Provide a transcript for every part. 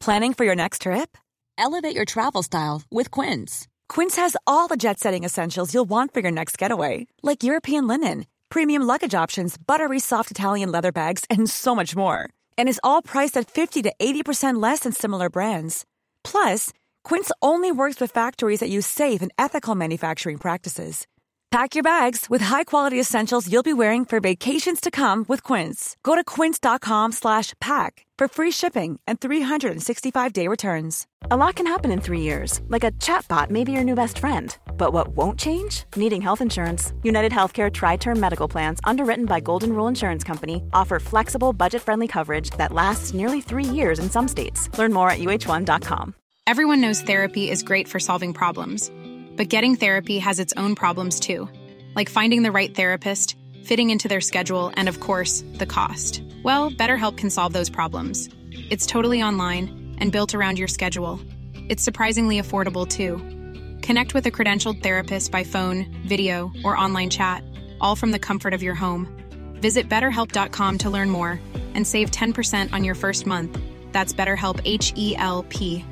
Planning for your next trip? Elevate your travel style with Quince. Quince has all the jet-setting essentials you'll want for your next getaway, like European linen, premium luggage options, buttery soft Italian leather bags, and so much more. And is all priced at 50 to 80% less than similar brands. Plus, Quince only works with factories that use safe and ethical manufacturing practices. Pack your bags with high-quality essentials you'll be wearing for vacations to come with Quince. Go to quince.com/pack for free shipping and 365-day returns. A lot can happen in 3 years, like a chatbot may be your new best friend. But what won't change? Needing health insurance. United Healthcare Tri-Term Medical Plans, underwritten by Golden Rule Insurance Company, offer flexible, budget-friendly coverage that lasts nearly 3 years in some states. Learn more at uh1.com. Everyone knows therapy is great for solving problems. But getting therapy has its own problems too. Like finding the right therapist, fitting into their schedule, and of course, the cost. Well, BetterHelp can solve those problems. It's totally online and built around your schedule. It's surprisingly affordable too. Connect with a credentialed therapist by phone, video, or online chat, all from the comfort of your home. Visit BetterHelp.com to learn more and save 10% on your first month. That's BetterHelp, H-E-L-P.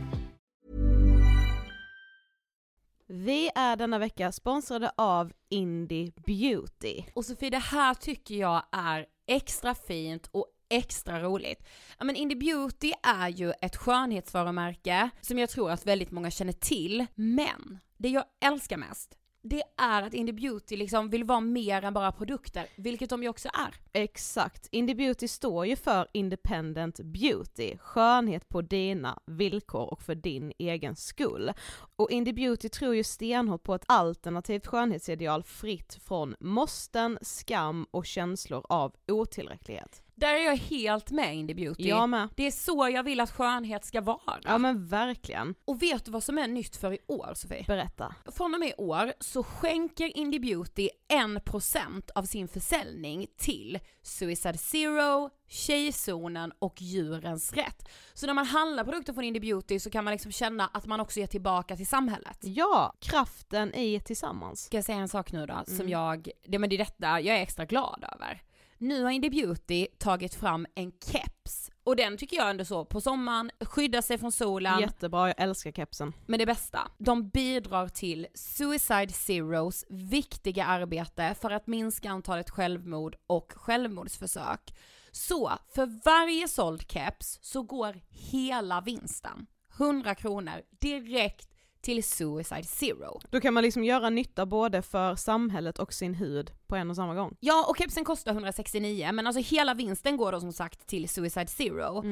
Vi är denna vecka sponsrade av Indie Beauty. Och Sofie, det här tycker jag är extra fint och extra roligt. Ja, men Indie Beauty är ju ett skönhetsvarumärke som jag tror att väldigt många känner till. Men det jag älskar mest, det är att Indie Beauty liksom vill vara mer än bara produkter, vilket de ju också är. Exakt. Indie Beauty står ju för Independent Beauty, skönhet på dina villkor och för din egen skull. Och Indie Beauty tror ju stenhårt på ett alternativt skönhetsideal fritt från måsten, skam och känslor av otillräcklighet. Där är jag helt med Indie Beauty. Jag med. Det är så jag vill att skönhet ska vara. Ja men verkligen. Och vet du vad som är nytt för i år, Sofie? Berätta. Från och med i år så skänker Indie Beauty 1% av sin försäljning till Suicide Zero, Tjejzonen och Djurens Rätt. Så när man handlar produkter från Indie Beauty så kan man liksom känna att man också ger tillbaka till samhället. Ja, kraften i tillsammans. Ska jag säga en sak nu då som det är detta jag är extra glad över. Nu har Indie Beauty tagit fram en keps. Och den tycker jag ändå så på sommaren, skydda sig från solen. Jättebra, jag älskar kepsen. Men det bästa, de bidrar till Suicide Zeros viktiga arbete för att minska antalet självmord och självmordsförsök. Så för varje såld keps så går hela vinsten, 100 kronor, direkt till Suicide Zero. Då kan man liksom göra nytta både för samhället och sin hud på en och samma gång. Ja, och kepsen kostar 169, men alltså hela vinsten går då som sagt till Suicide Zero.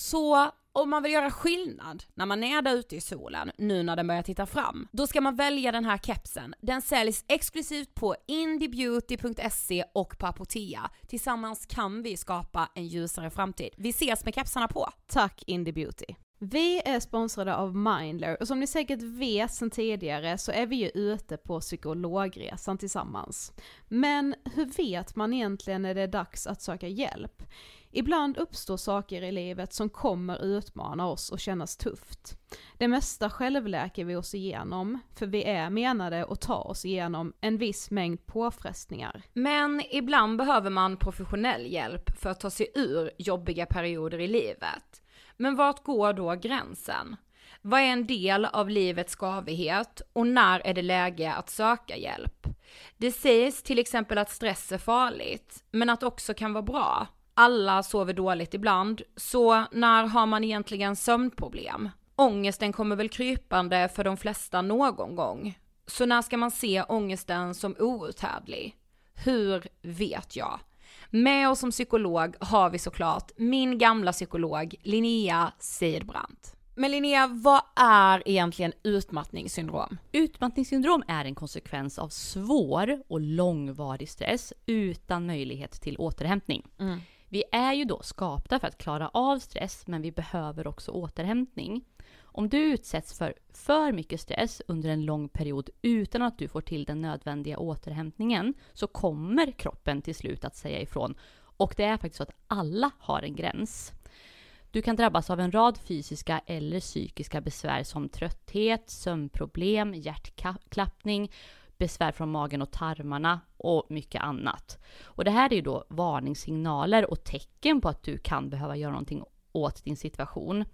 Så om man vill göra skillnad när man är där ute i solen, nu när den börjar titta fram, då ska man välja den här kepsen. Den säljs exklusivt på indiebeauty.se och på Apotea. Tillsammans kan vi skapa en ljusare framtid. Vi ses med kepsarna på. Tack Indie Beauty. Vi är sponsrade av Mindler och som ni säkert vet sedan tidigare så är vi ju ute på psykologresan tillsammans. Men hur vet man egentligen när det är dags att söka hjälp? Ibland uppstår saker i livet som kommer utmana oss och kännas tufft. Det mesta självläker vi oss igenom, för vi är menade att ta oss igenom en viss mängd påfrestningar. Men ibland behöver man professionell hjälp för att ta sig ur jobbiga perioder i livet. Men vart går då gränsen? Vad är en del av livets skavighet och när är det läge att söka hjälp? Det sägs till exempel att stress är farligt, men att också kan vara bra. Alla sover dåligt ibland, så när har man egentligen sömnproblem? Ångesten kommer väl krypande för de flesta någon gång. Så när ska man se ångesten som outhärdlig? Hur vet jag? Med oss som psykolog har vi såklart min gamla psykolog Linnea Seidbrant. Men Linnea, vad är egentligen utmattningssyndrom? Utmattningssyndrom är en konsekvens av svår och långvarig stress utan möjlighet till återhämtning. Vi är ju då skapta för att klara av stress, men vi behöver också återhämtning. Om du utsätts för mycket stress under en lång period utan att du får till den nödvändiga återhämtningen, så kommer kroppen till slut att säga ifrån. Och det är faktiskt så att alla har en gräns. Du kan drabbas av en rad fysiska eller psykiska besvär som trötthet, sömnproblem, hjärtklappning, besvär från magen och tarmarna och mycket annat. Och det här är ju då varningssignaler och tecken på att du kan behöva göra någonting åt din situation.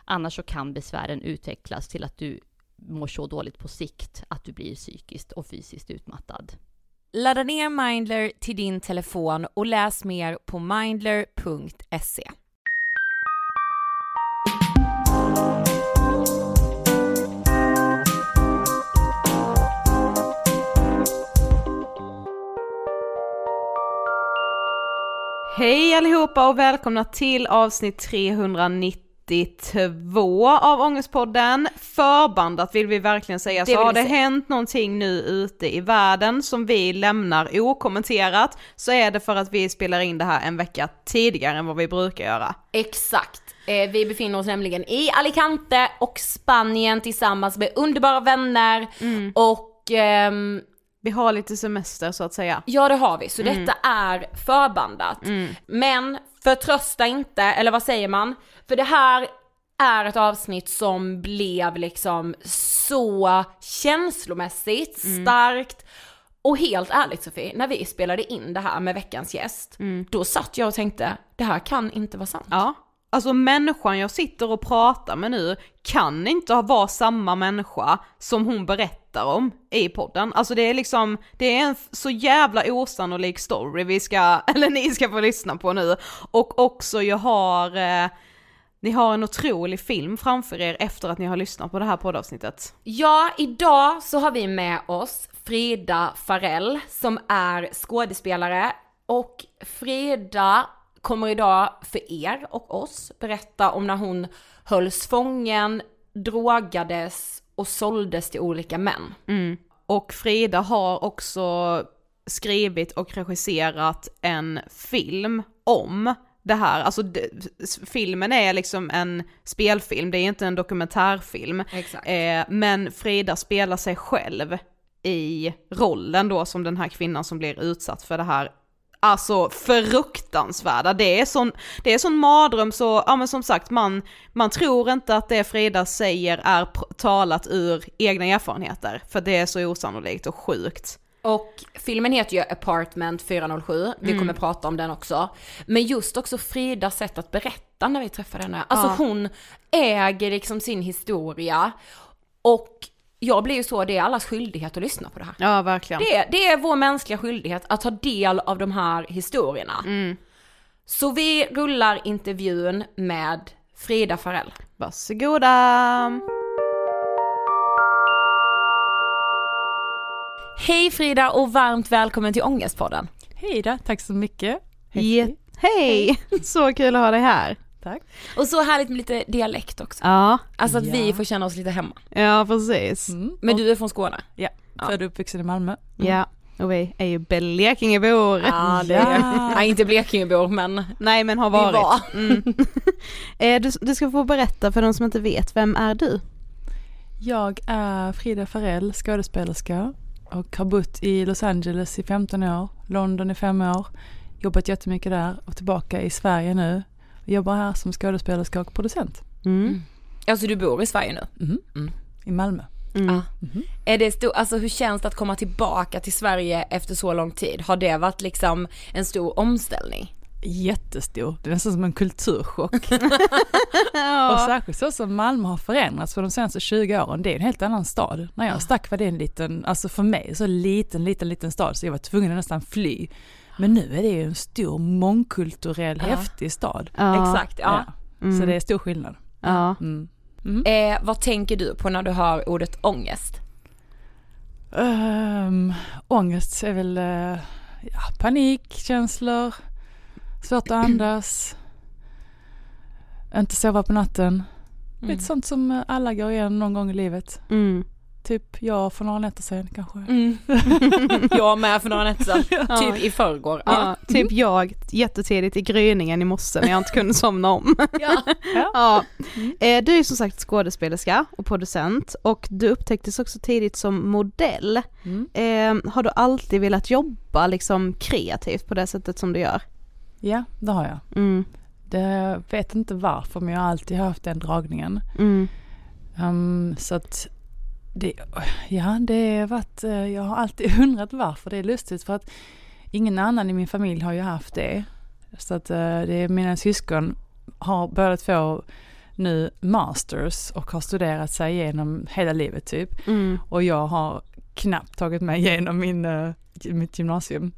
Annars så kan besvären utvecklas till att du mår så dåligt på sikt att du blir psykiskt och fysiskt utmattad. Ladda ner Mindler till din telefon och läs mer på mindler.se. Hej allihopa och välkomna till avsnitt 392 av Ångestpodden. Förbandat vill vi verkligen säga, så har det hänt någonting nu ute i världen som vi lämnar okommenterat, så är det för att vi spelar in det här en vecka tidigare än vad vi brukar göra. Exakt. Vi befinner oss nämligen i Alicante och Spanien tillsammans med underbara vänner och... Vi har lite semester så att säga. Ja, det har vi. Så detta är förbandat. Men förtrösta inte, eller vad säger man? För det här är ett avsnitt som blev liksom så känslomässigt starkt. Och helt ärligt Sofie, när vi spelade in det här med veckans gäst, då satt jag och tänkte, det här kan inte vara sant. Ja. Alltså människan jag sitter och pratar med nu kan inte vara samma människa som hon berättar om i podden. Alltså det är liksom, det är en så jävla osannolik story ni ska få lyssna på nu. Och också ni har en otrolig film framför er efter att ni har lyssnat på det här poddavsnittet. Ja, idag så har vi med oss Frida Farell som är skådespelare, och Frida kommer idag för er och oss berätta om när hon hölls fången, drogades och såldes till olika män. Och Frida har också skrivit och regisserat en film om det här. Alltså filmen är liksom en spelfilm, det är inte en dokumentärfilm. Exakt. Men Frida spelar sig själv i rollen då som den här kvinnan som blir utsatt för det här. Alltså fruktansvärda, det är sån mardröm, så ja, men som sagt, man tror inte att det Frida säger är talat ur egna erfarenheter, för det är så osannolikt och sjukt. Och filmen heter ju Apartment 407, vi kommer prata om den också. Men just också Fridas sätt att berätta när vi träffar henne. Alltså hon äger liksom sin historia, och jag blir ju så, det är allas skyldighet att lyssna på det här. Ja, verkligen. Det är vår mänskliga skyldighet att ta del av de här historierna. Så vi rullar intervjun med Frida Farell. Varsågoda! Hej Frida och varmt välkommen till Ångestpodden. Hej då, tack så mycket. Hej! Så kul att ha dig här. Tack. Och så härligt med lite dialekt också. Ja. Alltså att vi får känna oss lite hemma. Ja, precis. Men du är från Skåne? Ja, född och uppvuxen i Malmö. Ja, och vi är ju Blekingebor. Ja, det är nej, inte Blekingebor, men... Nej, men har varit. Du ska få berätta för de som inte vet, vem är du? Jag är Frida Farell, skådespelerska, och har bott i Los Angeles i 15 år, London i 5 år, jobbat jättemycket där och tillbaka i Sverige nu. Jag jobbar här som skådespelerska och producent. Alltså du bor i Sverige nu? I Malmö. Är det alltså hur känns det att komma tillbaka till Sverige efter så lång tid? Har det varit liksom en stor omställning? Jättestor. Det är nästan som en kulturchock. Och särskilt så som Malmö har förändrats för de senaste 20 åren. Det är en helt annan stad. När jag stack var det en liten, alltså för mig så liten stad, så jag var tvungen att nästan fly. Men nu är det ju en stor, mångkulturell, häftig stad. Exakt, ja. Så det är stor skillnad. Ja. Vad tänker du på när du hör ordet ångest? Ångest är väl panik, känslor, svårt att andas, inte sova på natten. Lite sånt som alla går igen någon gång i livet. Typ jag för några nätter sedan kanske. Jag med för några nätter sedan. Typ i förrgår. Typ jag jättetidigt i gryningen i morse när jag inte kunde somna om. Du är som sagt skådespelerska och producent, och du upptäcktes också tidigt som modell. Har du alltid velat jobba liksom kreativt på det sättet som du gör? Ja, det har jag. Det vet inte varför, men jag har alltid haft den dragningen. Så att det är varit, jag har alltid undrat varför. Det är lustigt för att ingen annan i min familj har ju haft det. Så att det är mina syskon har börjat få nu masters och har studerat sig igenom hela livet typ. Och jag har knappt tagit mig igenom mitt gymnasium.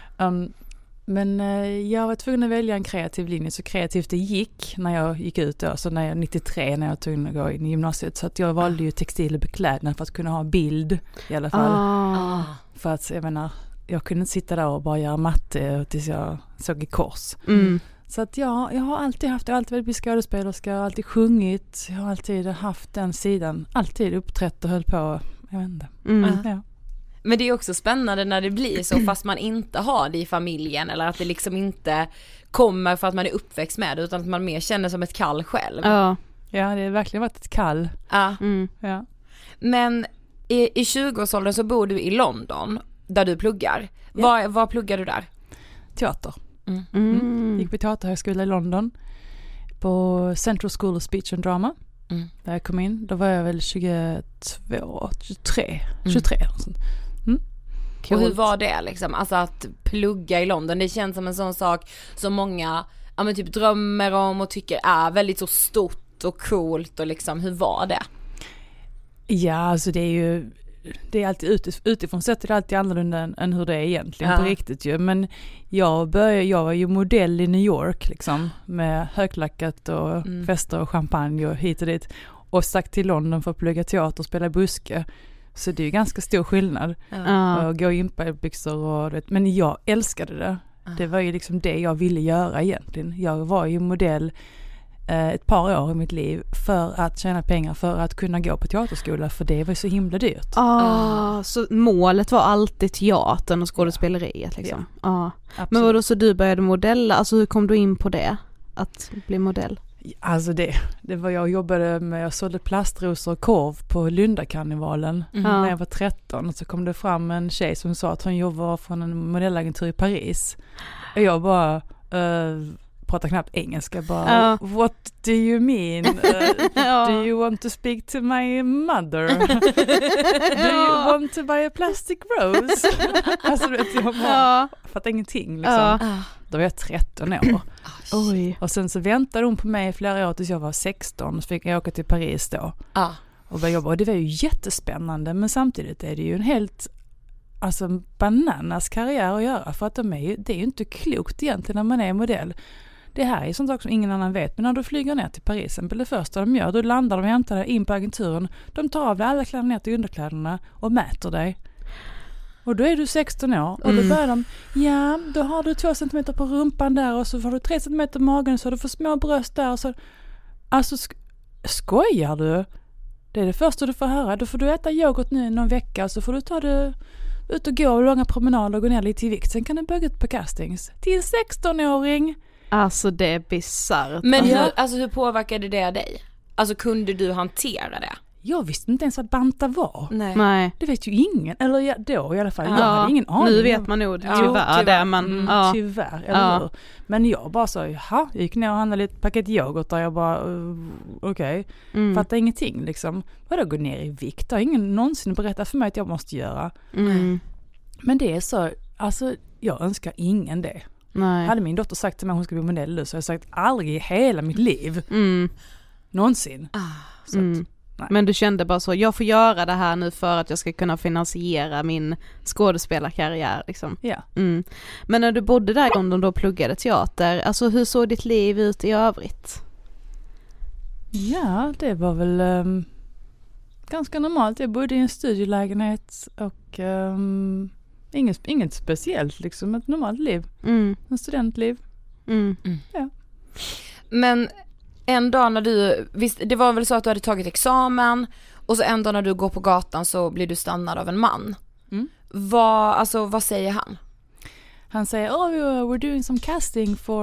Men jag var tvungen att välja en kreativ linje, så kreativt det gick när jag gick ut då, så när jag 93 när jag tog att gå in i gymnasiet, så att jag valde ju textil och beklädnad för att kunna ha bild i alla fall. För att jag menar, jag kunde inte sitta där och bara göra matte tills jag såg i kors. Så att jag har alltid velat bli skådespelerska, jag har alltid sjungit, jag har alltid haft den sidan, alltid uppträtt och höll på, jag vet inte. Ja. Men det är också spännande när det blir så, fast man inte har det i familjen, eller att det liksom inte kommer för att man är uppväxt med det, utan att man mer känner som ett kall själv. Ja, det har verkligen varit ett kall. Ja. Men i 20-årsåldern så bor du i London, där du pluggar. Vad pluggar du där? Teater. Gick på teaterhögskola i London på Central School of Speech and Drama. Där jag kom in, då var jag väl 23 och sånt. Och hur var det liksom? Alltså att plugga i London, det känns som en sån sak som många typ drömmer om och tycker är väldigt så stort och coolt, och liksom, hur var det? Ja, alltså det är alltid utifrån sett är det alltid annorlunda än hur det är egentligen på riktigt ju. Men jag var ju modell i New York liksom, med höglackat och fester och champagne och hit och dit, och stack till London för att plugga teater och spela buske. Så det är ju ganska stor skillnad att gå in på byxor och men jag älskade det. Det var ju liksom det jag ville göra egentligen. Jag var ju modell ett par år i mitt liv för att tjäna pengar för att kunna gå på teaterskola, för det var så himla dyrt. Så målet var alltid teatern och skådespeleriet liksom. Men vadå, så du började modella, alltså hur kom du in på det, att bli modell? Alltså det var jag jobbade med, jag sålde plastrosor och korv på Lundakarnevalen när jag var 13, och så kom det fram en tjej som sa att hon jobbade från en modellagentur i Paris, och jag bara pratar knappt engelska, bara what do you mean? Do you want to speak to my mother? Do you want to buy a plastic rose? Alltså vet jag bara fattar ingenting liksom. Då var jag 13 år. Oj. Och sen så väntade hon på mig i flera år tills jag var 16, så fick jag åka till Paris då. Och börja jobba, och det var ju jättespännande, men samtidigt är det ju en helt bananas karriär att göra, för att det är ju inte klokt egentligen när man är modell. Det här är sånt som ingen annan vet, men när du flyger ner till Paris, det första de gör, då landar de och hämtar dig in på agenturen, de tar av dig alla kläder ner till underkläderna och mäter dig. Och då är du 16 år och då börjar de, då har du 2 centimeter på rumpan där, och så får du 3 centimeter på magen, så du får små bröst där, och så, alltså skojar du? Det är det första du får höra. Då får du äta yoghurt nu i någon vecka, så får du ta det ut och gå långa promenader och gå ner lite i vikt, sen kan du börja på castings. Till 16-åring. Alltså det är bizarrt. Men hur påverkade det dig? Alltså kunde du hantera det? Jag visste inte ens vad banta var. Nej. Det vet ju ingen. Eller då i alla fall. Jag hade ingen aning. Nu vet man nog tyvärr. Tyvärr, eller hur? Men jag bara sa, jag gick ner och handlade ett paket yoghurt där jag bara, okej. Fattar ingenting liksom. Vadå gå ner i vikt? Det har ingen någonsin berättat för mig att jag måste göra. Men det är så, alltså jag önskar ingen det. Nej. Hade min dotter sagt till mig att hon skulle bli modell, så har jag sagt aldrig i hela mitt liv. Någonsin. Så att, men du kände bara så, jag får göra det här nu för att jag ska kunna finansiera min skådespelarkarriär liksom. Ja. Men när du bodde där i London och pluggade teater, alltså hur såg ditt liv ut i övrigt? Ja, det var väl ganska normalt. Jag bodde i en studielägenhet och inget speciellt liksom, ett normalt liv. En studentliv. Ja. Men en dag när det var väl så att du hade tagit examen, och så en dag när du går på gatan så blir du stannad av en man. Vad säger han? Han säger, we're doing some casting for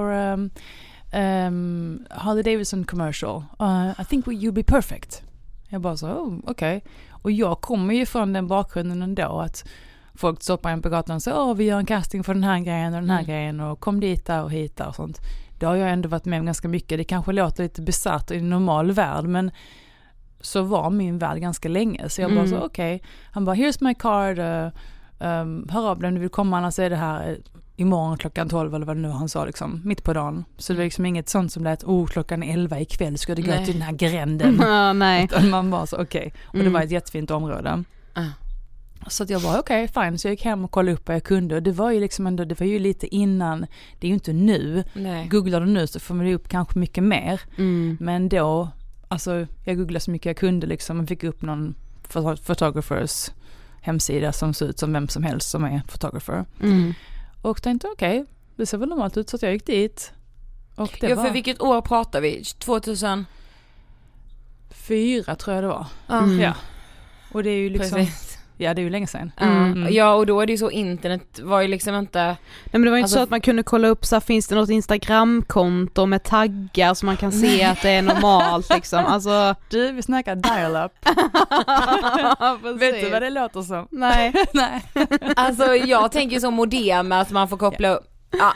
Harley Davidson commercial. I think you'll be perfect. Jag bara så, okej. Och jag kommer ju från den bakgrunden ändå, att folk stoppar en på gatan och säger, vi gör en casting för den här grejen och den här grejen, och kom dit där och hit där och sånt. Det har jag ändå varit med om ganska mycket. Det kanske låter lite besatt i en normal värld, men så var min värld ganska länge. Så jag bara så, okej. Han bara, here's my card. Hör av dig om du vill komma, annars är det här imorgon klockan 12 eller vad det nu han sa liksom, mitt på dagen. Så det var liksom inget sånt som lät, klockan 11 ikväll ska det gå till den här gränden. Nej. Utan man bara så okej. Och det var ett jättefint område. Så att jag bara okej, fine. Så jag gick hem och kollade upp vad jag kunde. Och det var ju liksom ändå, det var ju lite innan, det är ju inte nu. Nej. Googlar du nu så får man upp kanske mycket mer. Men då, alltså jag googlade så mycket jag kunde liksom och fick upp någon photographers hemsida som ser ut som vem som helst som är photographer. Och tänkte okej, det ser väl normalt ut, så att jag gick dit. Och det för vilket år pratar vi? 2004 tror jag det var. Ja. Och det är ju liksom... Precis. Ja, det är ju länge sedan. Ja, och då är det ju så, internet var ju liksom inte... Nej, men det var ju inte så att man kunde kolla upp så här, finns det något Instagramkonto med taggar så man kan se att det är normalt liksom. Alltså... Du, vi snackar dial-up. Vet du vad det låter som? Nej. Nej. Alltså jag tänker så modem att man får koppla upp. Ja.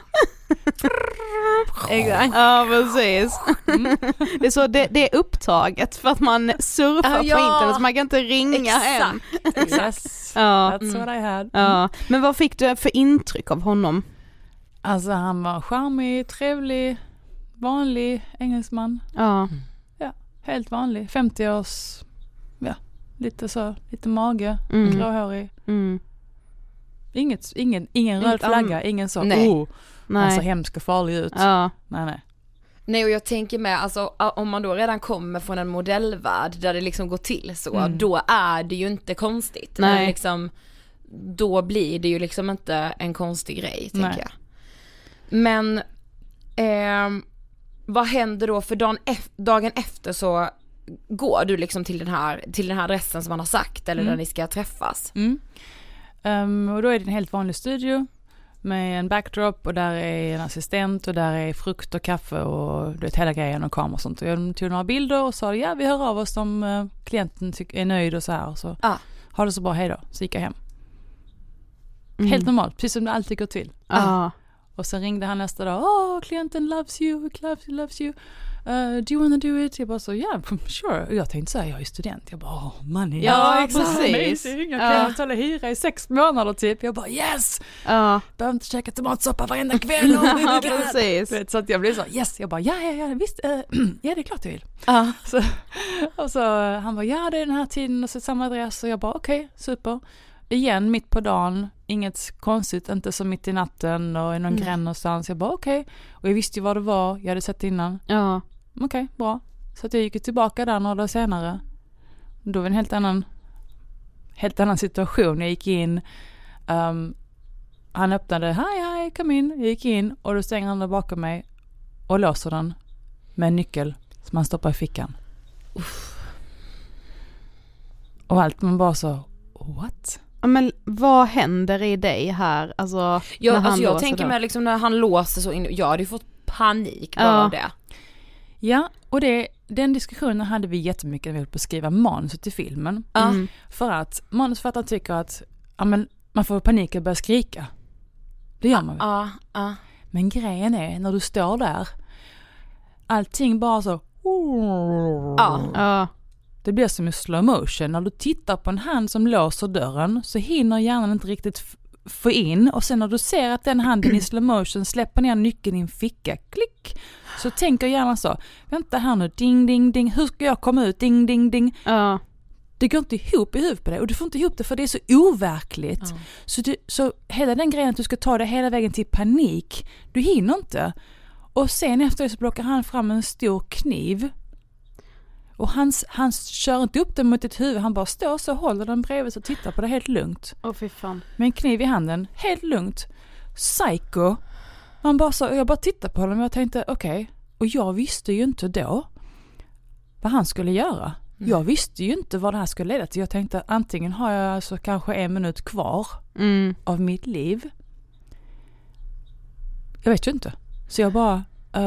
Exakt. Ja, precis. Det är så det är upptaget för att man surfar på internet så man kan inte ringa hem. Yes. That's what I had. Ja. Men vad fick du för intryck av honom? Alltså han var charmig, trevlig, vanlig engelsman. Ja, helt vanlig. 50-års, lite mage, gråhårig. Ingen röd flagga, ingen så, han ser hemskt och farlig ut. Ja. Nej, och jag tänker med, alltså om man då redan kommer från en modellvärld där det liksom går till så, då är det ju inte konstigt. Nej. Liksom, då blir det ju liksom inte en konstig grej, tänker jag. Men vad händer då? För dagen efter så går du liksom till den här adressen som man har sagt, eller där ni ska träffas. Och då är det en helt vanlig studio med en backdrop och där är en assistent och där är frukt och kaffe och du vet, hela grejen och kamera och sånt. Och jag tog några bilder och sa vi hör av oss om klienten är nöjd och så här. Och så ha det så bra, hej då. Så gick jag hem. Helt normalt, precis som det alltid går till. Och sen ringde han nästa dag. Klienten loves you. Do you want to do it? Jag bara så, sure. Och jag tänkte så här, jag är student. Jag bara, money. Ja, precis. Jag kan betala hyra i 6 månader typ. Jag bara, yes! Behöver inte käka tomatsoppa varenda kväll. Precis. Så att jag blev så, yes. Jag bara, ja, visst. Ja, det är klart jag vill. Och så han bara, det är den här tiden och så samma adress. Och jag bara, okej, super. Igen, mitt på dagen, inget konstigt, inte som mitt i natten och i någon gränd någonstans. Jag bara okej. Och jag visste ju vad det var, jag hade sett innan. Ja. Okej, bra. Så att jag gick tillbaka där några dagar senare. Då var det en helt annan situation. Jag gick in, han öppnade, hej, kom in. Jag gick in och då stänger han där bakom mig och låser den med en nyckel som han stoppar i fickan. Och allt, man bara så, what? Men vad händer i dig här? Alltså, jag tänker med liksom när han låser så in, jag hade ju fått panik bara av det. Ja, och den diskussionen hade vi jättemycket när vi höll på att skriva manuset till filmen. För att manusförfattaren tycker att man får panik och börja skrika. Det gör man väl. Men grejen är, när du står där, allting bara så det blir som i slow motion. När du tittar på en hand som låser dörren så hinner hjärnan inte riktigt få in. Och sen när du ser att den handen i slow motion släpper ner nyckeln i en ficka, klick, så tänker hjärnan så, vänta här nu, ding, ding, ding, hur ska jag komma ut, ding, ding, ding. Det går inte ihop i huvudet på det och du får inte ihop det för det är så overkligt. Så hela den grejen att du ska ta det hela vägen till panik, du hinner inte. Och sen efter det så plockar han fram en stor kniv. Och han kör inte upp den mot ditt huvud. Han bara står så, håller den bredvid och tittar på det helt lugnt. Fy fan. Med en kniv i handen, helt lugnt. Psycho. Jag bara tittade på honom och jag tänkte, okej. Och jag visste ju inte då vad han skulle göra. Jag visste ju inte vad det här skulle leda till. Jag tänkte, antingen har jag alltså kanske 1 minut kvar av mitt liv. Jag vet ju inte. Så jag bara,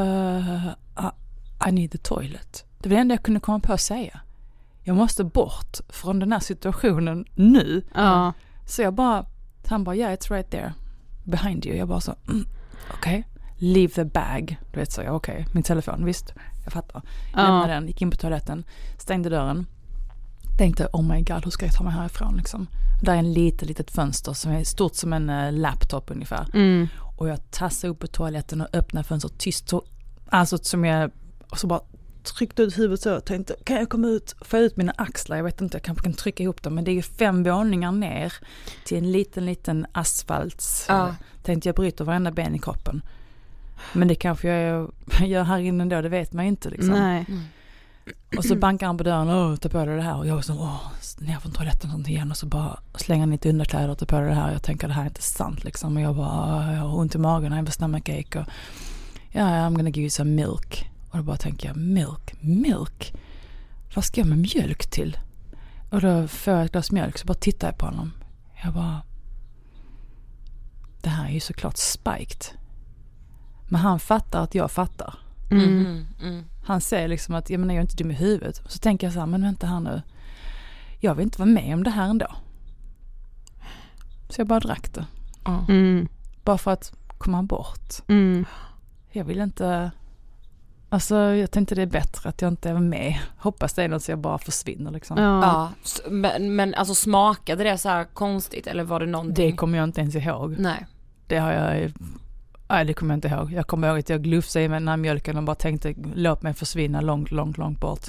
I need the toilet. Det var det enda jag kunde komma på att säga. Jag måste bort från den här situationen nu. Så jag bara, han bara, yeah, it's right there. Behind you. Jag bara så, okej. Leave the bag. Du vet så jag, okej. Min telefon, visst. Jag fattar. Lämnade den, gick in på toaletten, stängde dörren. tänkte, oh my god, hur ska jag ta mig härifrån liksom. Där är en litet fönster som är stort som en laptop ungefär. Och jag tassade upp på toaletten och öppnade fönstret tyst. Alltså som jag, och så bara tryckte ut huvudet så och tänkte, kan jag komma ut och få ut mina axlar? Jag vet inte, jag kanske kan trycka ihop dem, men det är ju 5 våningar ner till en liten asfalt. Tänkte jag bryter varenda ben i kroppen. Men det kanske jag gör här inne då, det vet man ju inte liksom. Nej. Och så bankar han på dörren och tar på det här. Och jag var så, ner från toaletten och sånt igen. Och så bara slänger han lite underkläder och tar på det här. Jag tänker, det här är inte sant liksom. Och jag bara, jag har ont i magen. Jag vill stomach-ache. Och I'm gonna give you some milk. Och då bara tänker jag, milk? Vad ska jag med mjölk till? Och då får jag ett glas mjölk, så bara tittar jag på honom. Jag bara, det här är ju såklart spiked. Men han fattar att jag fattar. Han säger liksom att jag är inte dum i huvudet. Så tänker jag så här, men vänta här nu. Jag vill inte vara med om det här ändå. Så jag bara drack det. Bara för att komma bort. Jag vill inte... Alltså jag tänkte det är bättre att jag inte är med. Hoppas det är något så jag bara försvinner liksom. Ja, men alltså smakade det så här konstigt eller var det någonting? Det kommer jag inte ens ihåg. Nej. Det har jag... Nej, det kommer jag inte ihåg. Jag kommer ihåg att jag glufsade i med den här mjölken och bara tänkte, låt mig försvinna långt bort.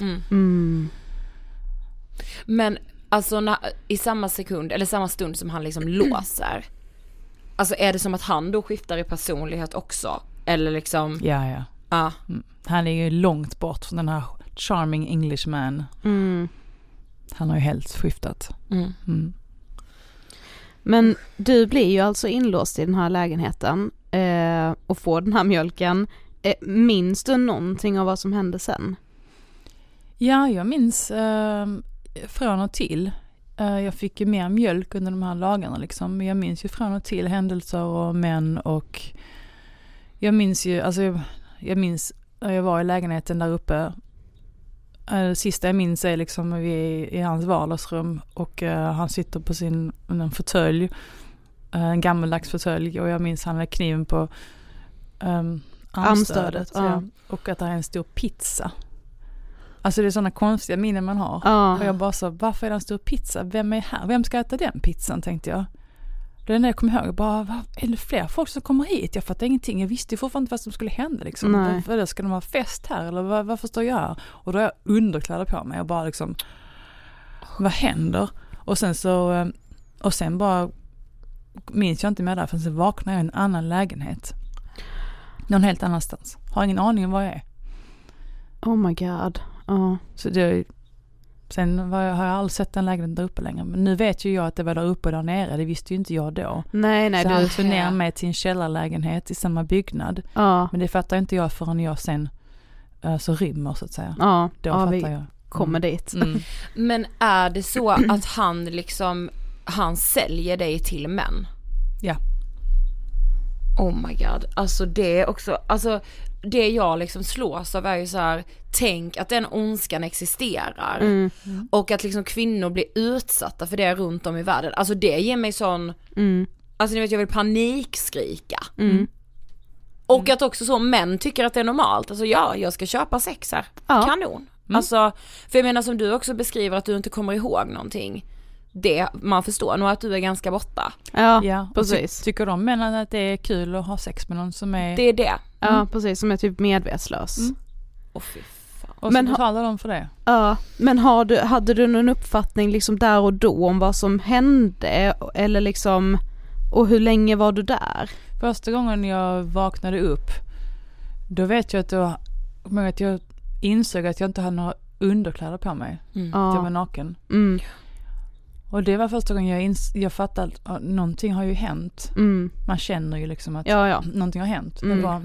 Men alltså i samma sekund eller samma stund som han liksom låser, alltså är det som att han då skiftar i personlighet också? Eller liksom... Ja. Han är ju långt bort från den här charming Englishman. Han har ju helt skiftat. Men du blir ju alltså inlåst i den här lägenheten och får den här mjölken. Minns du någonting av vad som hände sen? Ja, jag minns från och till. Jag fick ju mer mjölk under de här dagarna liksom. Men jag minns ju från och till händelser och män och jag minns ju, alltså jag minns när jag var i lägenheten där uppe. Det sista jag minns är liksom i hans vardagsrum och han sitter på en fåtölj, en gammaldags fåtölj, och jag minns han med kniven på armstödet. Ja. Och att det är en stor pizza. Alltså det är sådana konstiga minnen man har. Och jag bara så, varför är det en stor pizza? Vem är här? Vem ska äta den pizzan, tänkte jag. Det är när jag kom ihåg, bara, är det fler folk som kommer hit? Jag fattar ingenting. Jag visste ju fortfarande inte vad som skulle hända. Liksom. Varför ska de ha fest här? Eller varför står jag här? Och då har jag underkläder på mig. Och bara liksom, vad händer? Och sen bara minns jag inte mer där. För sen vaknar jag i en annan lägenhet. Någon helt annanstans. Har ingen aning om vad jag är. Oh my god. Så det... Sen har jag aldrig sett den lägenheten där uppe längre. Men nu vet ju jag att det var där uppe och där nere. Det visste ju inte jag då. Nej. Så han tog ner mig till en källarlägenhet i samma byggnad. Men det fattar inte jag förrän jag sen så rymmer så att säga. Då fattar jag. Kommer dit. Men är det så att han säljer dig till män? Ja. Oh my god. Alltså det är också... Alltså det jag liksom slås av är ju så här, tänk att den ondskan existerar och att liksom kvinnor blir utsatta för det runt om i världen. Alltså det ger mig sån alltså ni vet, jag vill panikskrika. Och att också så män tycker att det är normalt. Alltså jag ska köpa sex här. Kanon. Alltså, för jag menar som du också beskriver att du inte kommer ihåg någonting. Det man förstår nog att du är ganska borta. Ja, precis. Tycker de männen att det är kul att ha sex med någon som är... Det är det. Ja, precis. Som är typ medvetslös. Fy fan. Och så betalar de för det. Ja, men hade du någon uppfattning liksom där och då om vad som hände? Eller liksom... Och hur länge var du där? Första gången jag vaknade upp, då vet jag att jag insåg att jag inte hade några underkläder på mig. Att jag var naken. Och det var första gången jag fattade att någonting har ju hänt. Man känner ju liksom att någonting har hänt. Det var,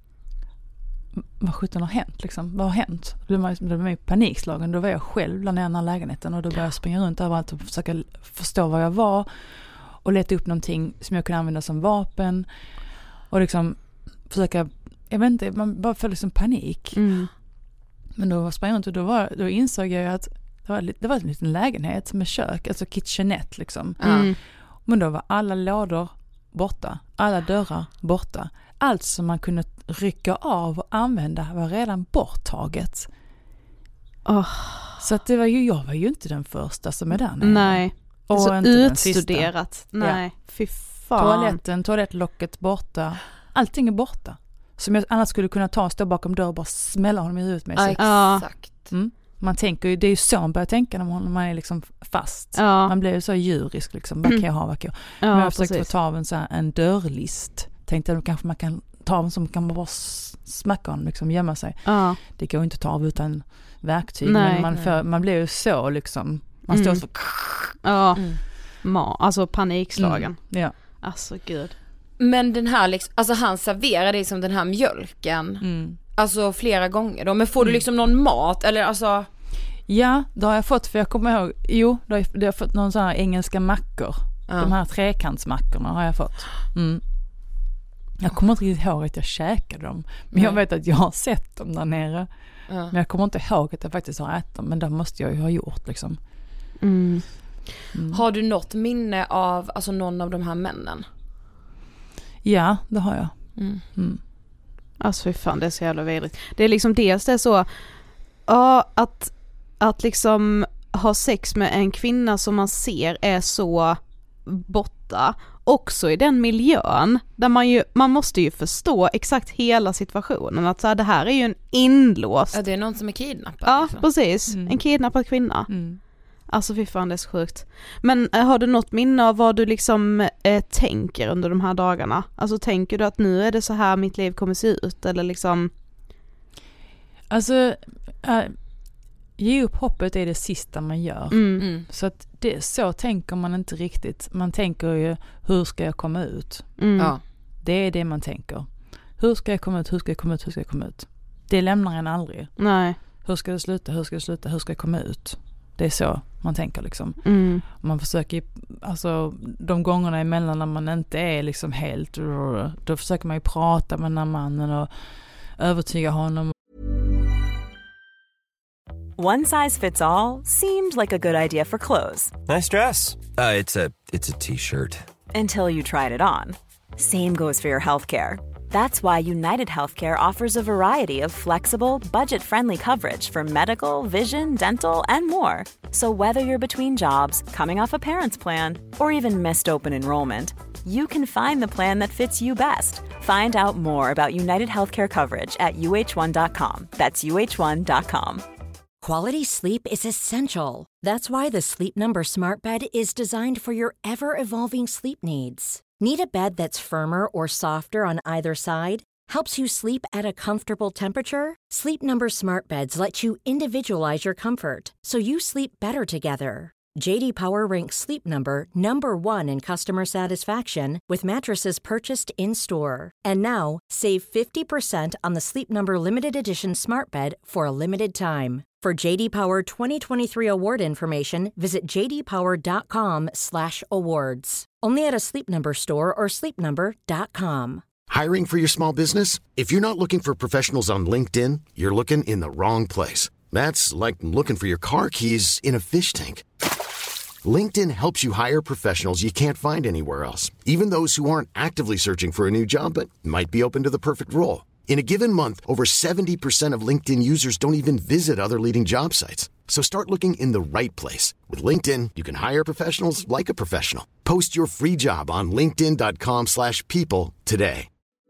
vad sjutton har hänt liksom? Vad har hänt? Då blev jag i panikslagen. Då var jag själv bland den här lägenheten och då började jag springa runt överallt och försöka förstå vad jag var och leta upp någonting som jag kunde använda som vapen och liksom försöka, jag vet inte, man bara får liksom panik. Men då sprang jag runt och då insåg jag att det var en liten lägenhet med kök, alltså kitchenette liksom. Men då var alla lådor borta, alla dörrar borta. Allt som man kunde rycka av och använda var redan borttaget. Så att jag var ju inte den första som är där. Nej. Och så inte utstuderat. Nej, fy fan. Toalettlocket borta. Allting är borta. Som jag annars skulle kunna stå bakom dörr och bara smälla honom i huvudet med sig. Exakt. Man tänker ju, det är ju så man börjar tänka när man är liksom fast. Ja. Man blir ju så djurisk liksom. Vad kan jag ha? Men jag försökte få ta av en dörrlist. Tänkte att kanske man kan ta av en som kan bara smacka honom, liksom gömma sig. Ja. Det går inte att ta av utan verktyg. Nej. Men man blir ju så liksom. Man står så. Ja. Alltså panikslagen. Ja. Alltså gud. Men den här liksom, alltså han serverar dig som den här mjölken. Alltså flera gånger då. Men får du liksom någon mat eller alltså? Ja, det har jag fått, för jag kommer ihåg. Jo, det har jag fått någon sån här engelska mackor. De här trekantsmackorna har jag fått. Jag kommer inte riktigt ihåg att jag käkade dem. Men jag vet att jag har sett dem där nere. Men jag kommer inte ihåg att jag faktiskt har ätit dem. Men det måste jag ju ha gjort liksom. Har du något minne av alltså någon av de här männen? Ja, det har jag. Alltså fy fan, det är så jävla vidrigt. Det är liksom dels det är så att liksom ha sex med en kvinna som man ser är så borta, också i den miljön där man måste ju förstå exakt hela situationen, att så här, det här är ju en inlåst. Ja, det är någon som är kidnappad. Ja, liksom. precis. En kidnappad kvinna. Alltså fy fan, det är så sjukt. Men har du något minne av vad du liksom tänker under de här dagarna? Alltså tänker du att nu är det så här mitt liv kommer se ut, eller liksom? Alltså ge upp hoppet är det sista man gör. Så att så tänker man inte riktigt. Man tänker ju, hur ska jag komma ut? Ja. Det är det man tänker. Hur ska jag komma ut? Hur ska jag komma ut? Hur ska jag komma ut? Det lämnar en aldrig. Nej. Hur ska det sluta? Hur ska det sluta? Hur ska jag komma ut? Det är så man tänker liksom. Man försöker, alltså de gångerna emellan när man inte är liksom helt, då försöker man ju prata med den här mannen och övertyga honom. One size fits all seemed like a good idea for clothes. Nice dress. It's a t-shirt. Until you tried it on. Same goes for your healthcare. That's why United Healthcare offers a variety of flexible, budget-friendly coverage for medical, vision, dental, and more. So whether you're between jobs, coming off a parent's plan, or even missed open enrollment, you can find the plan that fits you best. Find out more about United Healthcare coverage at uh1.com. That's uh1.com. Quality sleep is essential. That's why the Sleep Number Smart Bed is designed for your ever-evolving sleep needs. Need a bed that's firmer or softer on either side? Helps you sleep at a comfortable temperature? Sleep Number Smart Beds let you individualize your comfort, so you sleep better together. JD Power ranks Sleep Number #1 in customer satisfaction with mattresses purchased in-store. And now, save 50% on the Sleep Number Limited Edition Smart Bed for a limited time. For JD Power 2023 award information, visit jdpower.com/awards. Only at a Sleep Number store or sleepnumber.com. Hiring for your small business? If you're not looking for professionals on LinkedIn, you're looking in the wrong place. That's like looking for your car keys in a fish tank. LinkedIn helps you hire professionals you can't find anywhere else, even those who aren't actively searching for a new job but might be open to the perfect role. In a given month, over 70% of LinkedIn users don't even visit other leading job sites. So start looking in the right place. With LinkedIn, you can hire professionals like a professional. Post your free job on linkedin.com/people today.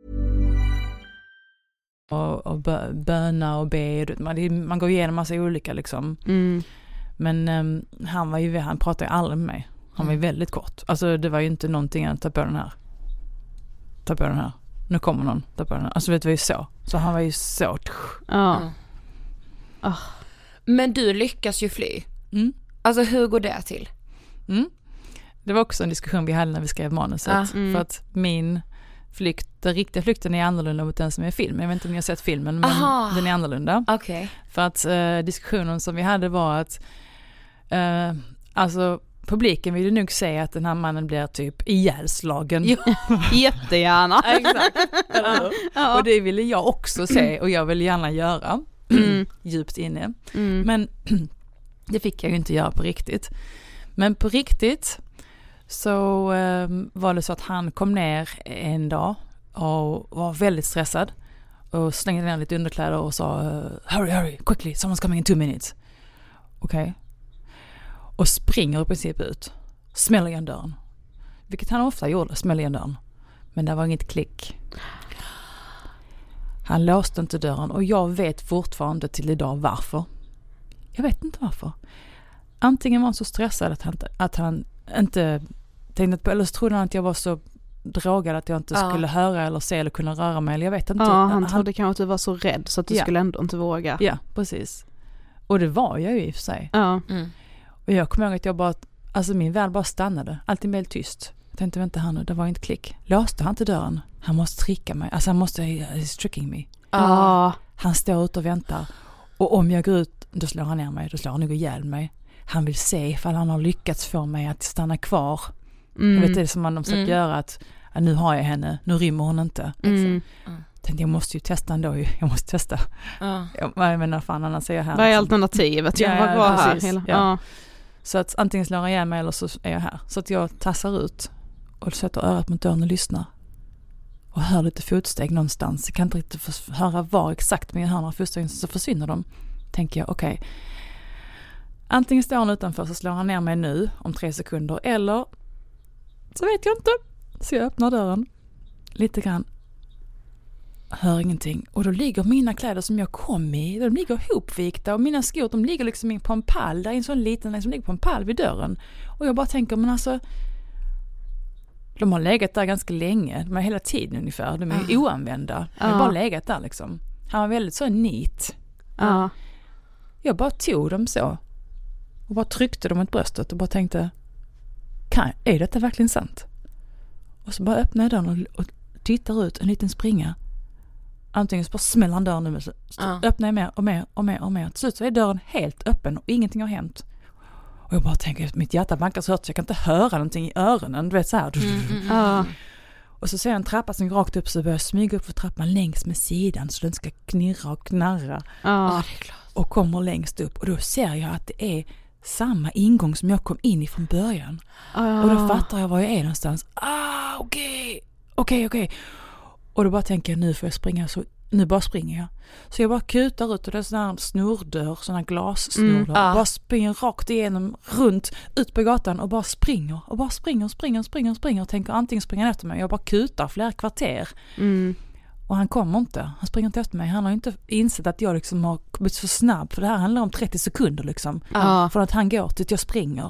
Och böna och be. Man går igenom massa olika liksom. Men han pratade aldrig med mig. Han var ju väldigt kort. Alltså det var ju inte någonting att ta på den här. Nu kommer någon, ta på den här. Alltså vet du, var ju så. Så han var ju så. Ja. Men du lyckas ju fly. Alltså hur går det till? Det var också en diskussion vi hade när vi skrev manuset. För att min flykt, den riktiga flykten är annorlunda mot den som är film. Jag vet inte om ni har sett filmen, men den är annorlunda. Okay. För att diskussionen som vi hade var att alltså publiken vill ju nog säga att den här mannen blir typ ihjälslagen. Jättegärna. Exakt. Och det ville jag också se och jag vill gärna göra djupt inne. Men det fick jag ju inte göra på riktigt. Men på riktigt så var det så att han kom ner en dag och var väldigt stressad och slängde ner lite underkläder och sa hurry, quickly, someone's coming in 2 minutes. okej. Och springer i princip ut. Smäller igen dörren. Vilket han ofta gjorde, smäller igen dörren. Men det var inget klick. Han låste inte dörren och jag vet fortfarande till idag varför. Jag vet inte varför. Antingen var han så stressad att han inte tänkte på, eller så trodde han att jag var så drogad att jag inte skulle höra eller se eller kunna röra mig. Eller jag vet inte. Ja, han trodde kanske att du var så rädd så att du skulle ändå inte våga. Ja, precis. Och det var jag ju i och för sig. Ja. Och jag kommer ihåg att jag bara, alltså min värld bara stannade. Alltid helt tyst. Jag tänkte, vänta här nu, det var inte klick. Låste han till dörren? Han måste tricka mig. Alltså han måste, he's tricking me. Han står ute och väntar. Och om jag går ut, då slår han ner mig. Då slår han nog ihjäl mig. Han vill se ifall han har lyckats få mig att stanna kvar. Jag vet det som man försöker göra, att nu har jag henne, nu rymmer hon inte. Tänkte, jag måste ju testa ändå. Jag måste testa. Jag menar, fan, annars är jag här. Vad är alternativet? Jag var här. Ja. Så att antingen slår jag ihjäl mig eller så är jag här. Så att jag tassar ut och sätter örat mot dörren och lyssnar. Och hör lite fotsteg någonstans. Jag kan inte riktigt höra var exakt, men jag hör några fotsteg så försvinner de. Tänker jag, okej. Antingen står han utanför så slår han ner mig nu om 3 sekunder. Eller så vet jag inte. Så jag öppnar dörren lite grann. Hör ingenting. Och då ligger mina kläder som jag kom i, de ligger ihopvikta. Och mina skor, de ligger liksom på en pall. Där är en sån liten som ligger på en pall vid dörren. Och jag bara tänker, men alltså, de har legat där ganska länge. De är hela tiden ungefär. De är oanvända. De har bara legat där liksom. Han var väldigt så neat. Jag bara tog dem så. Och bara tryckte dem mot bröstet och bara tänkte, är detta verkligen sant? Och så bara öppnade jag dörren och tittar ut en liten springa. Antingen så bara smäller han dörren nu, så öppnar jag mer och mer och mer och mer. Till slut så är dörren helt öppen och ingenting har hänt. Och jag bara tänker, mitt hjärta bankar så hört så jag kan inte höra någonting i öronen. Du vet så här. Och så ser jag en trappa som går rakt upp, så börjar jag smyga upp för trappan längs med sidan så den ska knirra och knarra. Det är klart. Och kommer längst upp. Och då ser jag att det är samma ingång som jag kom in i från början. Och då fattar jag var jag är någonstans. Okej. Och då bara tänker jag, nu får jag springa, så nu bara springer jag. Så jag bara kutar ut och det är sådana här snurrdörr, sådana här glassnurrdörr. Bara springer rakt igenom, runt, ut på gatan och bara springer. Och bara springer och tänker antingen springa efter mig. Jag bara kutar flera kvarter. Och han kommer inte. Han springer inte efter mig. Han har inte insett att jag liksom har blivit så snabb. För det här handlar om 30 sekunder liksom. Från att han går till att jag springer.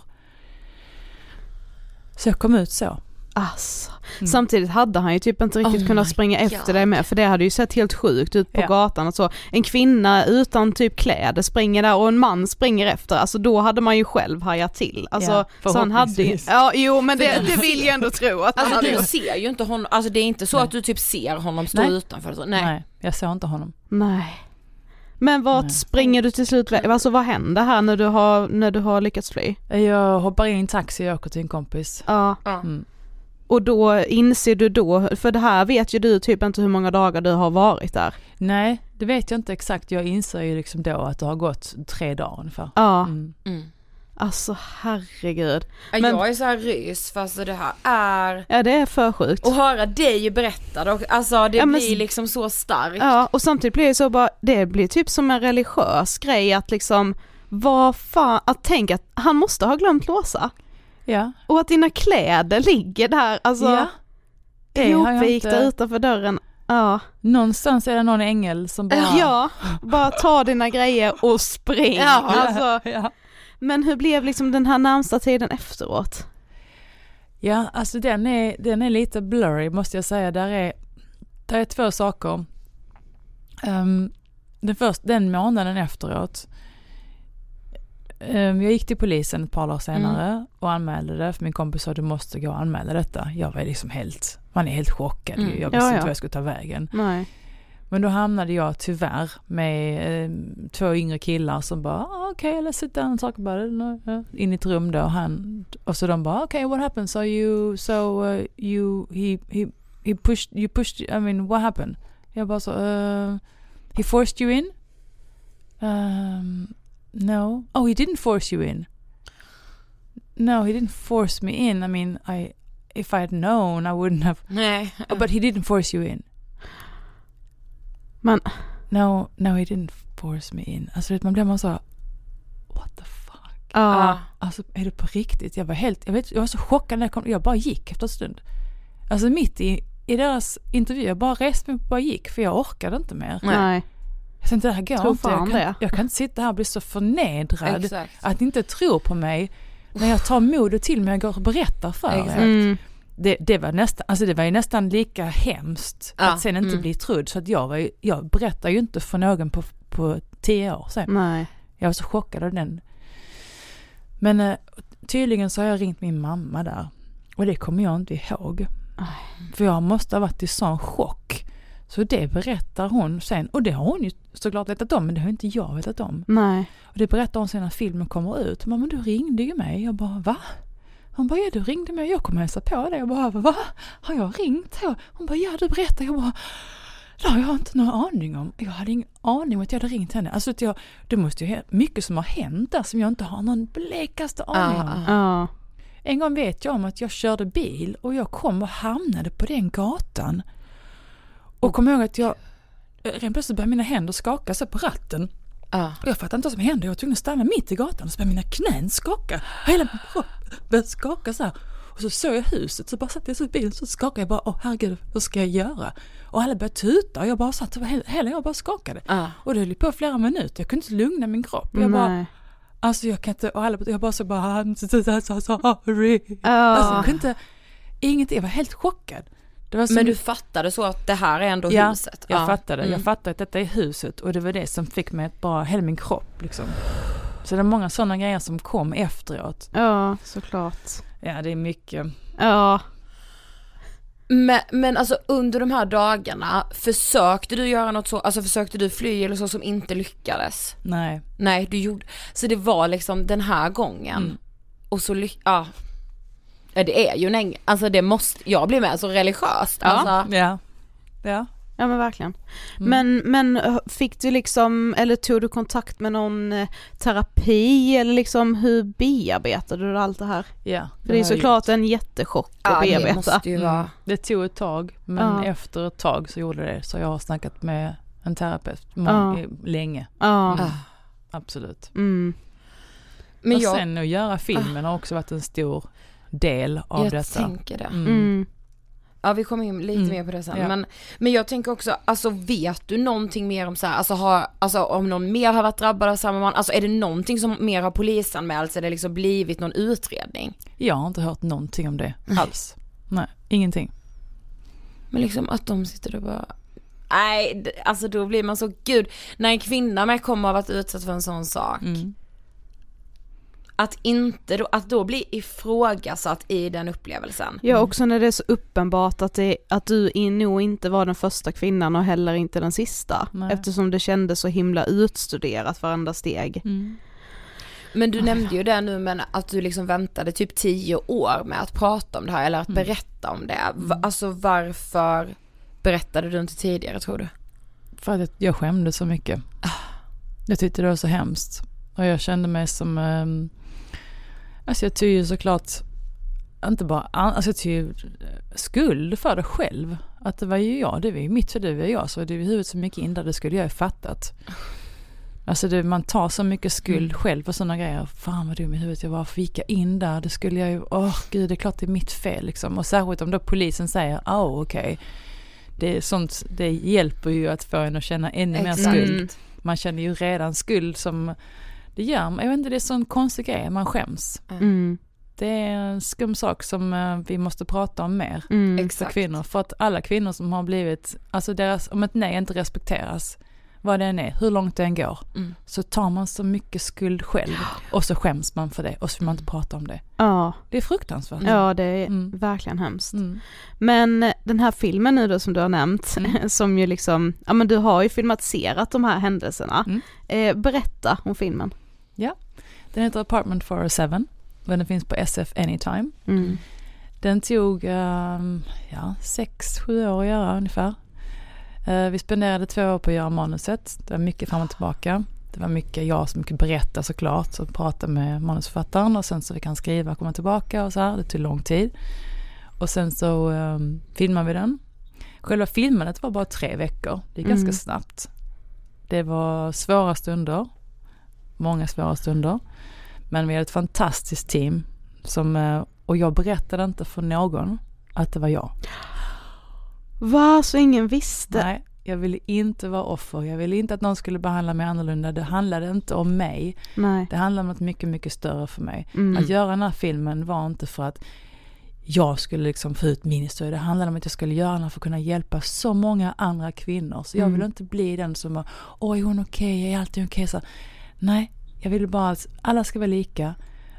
Så jag kom ut så. Alltså. Samtidigt hade han ju typ inte riktigt kunnat springa efter dig med, för det hade ju sett helt sjukt ut på gatan. Alltså, en kvinna utan typ kläder springer där och en man springer efter. Alltså då hade man ju själv hajat till. Alltså, så han hade ju, men det vill jag ändå tro att alltså du ser ju inte honom. Alltså det är inte så att du typ ser honom stå utanför så. Nej, jag ser inte honom. Nej. Men vart springer du till slut? Alltså vad händer här när du har lyckats fly? Jag hoppar in i en taxi och åker till en kompis. Och då inser du då, för det här vet ju du typ inte hur många dagar du har varit där. Nej, det vet jag inte exakt. Jag inser ju liksom då att det har gått 3 dagar ungefär. Alltså herregud. Men jag är så här rys, för alltså det här är... Ja, det är för sjukt. Och höra dig berätta då, alltså det blir liksom så starkt. Ja, och samtidigt blir det så bara, det blir typ som en religiös grej att liksom, vad fan, att tänka att han måste ha glömt låsa. Ja. Och att dina kläder ligger där, alltså ihopvikta utanför dörren. Ja. Någonstans är det någon ängel som bara... bara ta dina grejer och spring. Alltså. Men hur blev liksom den här närmsta tiden efteråt? Ja, alltså den är lite blurry måste jag säga. Där är 2 saker. Den månaden efteråt, jag gick till polisen ett par dagar senare och anmälde det, för min kompis sa du måste gå och anmäla detta. Jag var liksom man är helt chockad. Jag visste inte vad jag skulle ta vägen. Nej. Men då hamnade jag tyvärr med 2 yngre killar som bara okej, let's sit down and talk about it. In i ett rum då, och så de bara okej, what happened? He pushed, I mean, what happened? Jag bara så, he forced you in? No. Oh, he didn't force you in. No, he didn't force me in. I mean, if I had known, I wouldn't have. Nej. But he didn't force you in. Men no, he didn't force me in. Alltså man blir så what the Alltså är det på riktigt? Jag var så chockad när jag bara gick efter en stund. Alltså mitt i deras intervju, jag bara reste mig och bara gick, för jag orkade inte mer. Nej. Jag tänkte, det här går inte. Jag kan inte sitta här och bli så förnedrad att ni inte tror på mig när jag tar modet till mig och går och berättar för er. Det var ju nästan lika hemskt att sen inte bli trodd, så att jag berättar ju inte för någon på 10 år sen. Nej. Jag var så chockad av den. Men tydligen så har jag ringt min mamma där, och det kommer jag inte ihåg. För jag måste ha varit i sån chock. Så det berättar hon sen, och det har hon ju såklart vetat om, men det har inte jag vetat om. Nej. Och det berättar hon sen när filmen kommer ut. Mamma, du ringde ju mig. Jag bara, va? Hon bara, ja, du ringde mig. Jag kommer hälsa på dig. Jag bara, va? Har jag ringt? Hon bara, ja, du berättar. Jag bara, jag har inte någon aning om. Jag hade ingen aning om att jag hade ringt henne. Alltså det måste ju mycket som har hänt där som jag inte har någon blekaste aning om. En gång vet jag om att jag körde bil och jag kom och hamnade på den gatan. Och kom ihåg att jag rent plötsligt började mina händer skaka sig på ratten. Och jag fattade inte vad som hände. Jag var tvungen att stanna mitt i gatan och så började mina knän skaka. Hela min kropp började skaka så här. Och så såg jag huset, så bara satt jag så i bilen, så skakade jag bara, herregud, vad ska jag göra? Och alla började tuta och jag bara satt, hela jag bara skakade. Och det höll på flera minuter. Jag kunde inte lugna min kropp. Jag bara, alltså jag kan inte, och alla, jag bara så bara, sorry. Alltså jag kunde inte, ingenting, jag var helt chockad. Det var men du fattade så att det här är ändå huset? Jag fattade. Jag fattade att detta är huset, och det var det som fick mig att bara, hela min kropp liksom. Så det är många sådana grejer som kom efteråt. Ja, såklart. Ja, det är mycket. Ja. Men alltså under de här dagarna, försökte du göra något så, alltså försökte du fly eller så som inte lyckades? Nej, du gjorde. Så det var liksom den här gången. Och så ja, det är ju alltså det måste, jag blir med så religiöst. Alltså. Ja, men verkligen. Men fick du liksom, eller tog du kontakt med någon terapi, eller liksom hur bearbetade du allt det här? Ja. Det är såklart en jättechock att bearbeta. Det måste ju vara. Det tog ett tag, men efter ett tag så gjorde det. Så jag har snackat med en terapeut länge. Absolut. Men och sen att göra filmen har också varit en stor del av detta. Jag tänker det. Ja, vi kommer in lite mer på det sen. Ja. Men jag tänker också, alltså vet du någonting mer om så här, alltså om någon mer har varit drabbad av samma man, alltså är det någonting som mer har polisanmälts, eller liksom blivit någon utredning? Jag har inte hört någonting om det alls. Nej, ingenting. Men liksom att de sitter där bara, nej, alltså då blir man så, gud, när en kvinna med kommer ha varit utsatt för en sån sak. Att då bli ifrågasatt i den upplevelsen. Ja, också när det är så uppenbart att du nog inte var den första kvinnan och heller inte den sista. Nej. Eftersom det kändes så himla utstuderat varenda steg. Men du nämnde ju det nu, men att du liksom väntade typ 10 år med att prata om det här, eller att berätta om det. Alltså varför berättade du inte tidigare, tror du? För att jag skämdes så mycket. Jag tyckte det var så hemskt. Och jag kände mig som alltså jag tog ju såklart inte bara, alltså jag tog ju skuld för det själv. Att det var ju jag, det var ju mitt, för det var jag. Så det var i huvudet så mycket in där, det skulle jag ju fattat. Alltså man tar så mycket skuld själv på sådana grejer. Fan vad dum i huvudet jag var, för gick jag in där, det skulle jag ju, gud, det är klart det är mitt fel liksom. Och särskilt om då polisen säger, okej. Det är sånt, det hjälper ju att få en att känna ännu mer skuld. Man känner ju redan skuld som det gör, jag vet inte, det är sån konstig grej, man skäms. Det är en skum sak som vi måste prata om mer för kvinnor. För att alla kvinnor som har blivit, alltså deras, om ett nej inte respekteras, vad det än är, hur långt det än går, så tar man så mycket skuld själv och så skäms man för det och så vill man inte prata om det. Ja. Det är fruktansvärt. Ja, det är verkligen hemskt. Men den här filmen nu då som du har nämnt, som ju liksom, ja men du har ju filmatiserat de här händelserna. Berätta om filmen. Ja, den heter Apartment 407. Den finns på SF Anytime. Den tog 6-7 år att göra ungefär. Vi spenderade 2 år på att göra manuset. Det var mycket fram och tillbaka. Det var mycket jag som mycket berätta såklart. Så prata med manusförfattaren och sen så vi kan skriva och komma tillbaka och så här. Det tog lång tid. Och sen så filmade vi den. Själva filmandet var bara 3 veckor. Det är ganska snabbt. Det var svåra stunder. Många svåra stunder. Men vi hade ett fantastiskt team och jag berättade inte för någon att det var jag. Va? Så ingen visste? Nej, jag ville inte vara offer. Jag ville inte att någon skulle behandla mig annorlunda. Det handlade inte om mig. Nej. Det handlade om något mycket, mycket större för mig. Att göra den här filmen var inte för att jag skulle liksom få ut min historia. Det handlade om att jag skulle göra den för att kunna hjälpa så många andra kvinnor. Så jag ville inte bli den som var, är hon okej? Är alltid okej? Så, nej, jag ville bara att alla ska vara lika.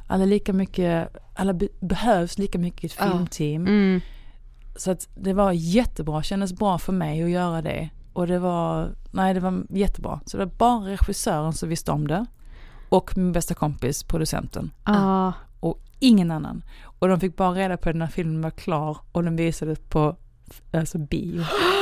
Alla behövs lika mycket i ett filmteam. Så att det var jättebra, kändes bra för mig att göra det. Och det var jättebra. Så det var bara regissören som visste om det. Och min bästa kompis, producenten. Och ingen annan. Och de fick bara reda på när filmen var klar. Och den visades på bio.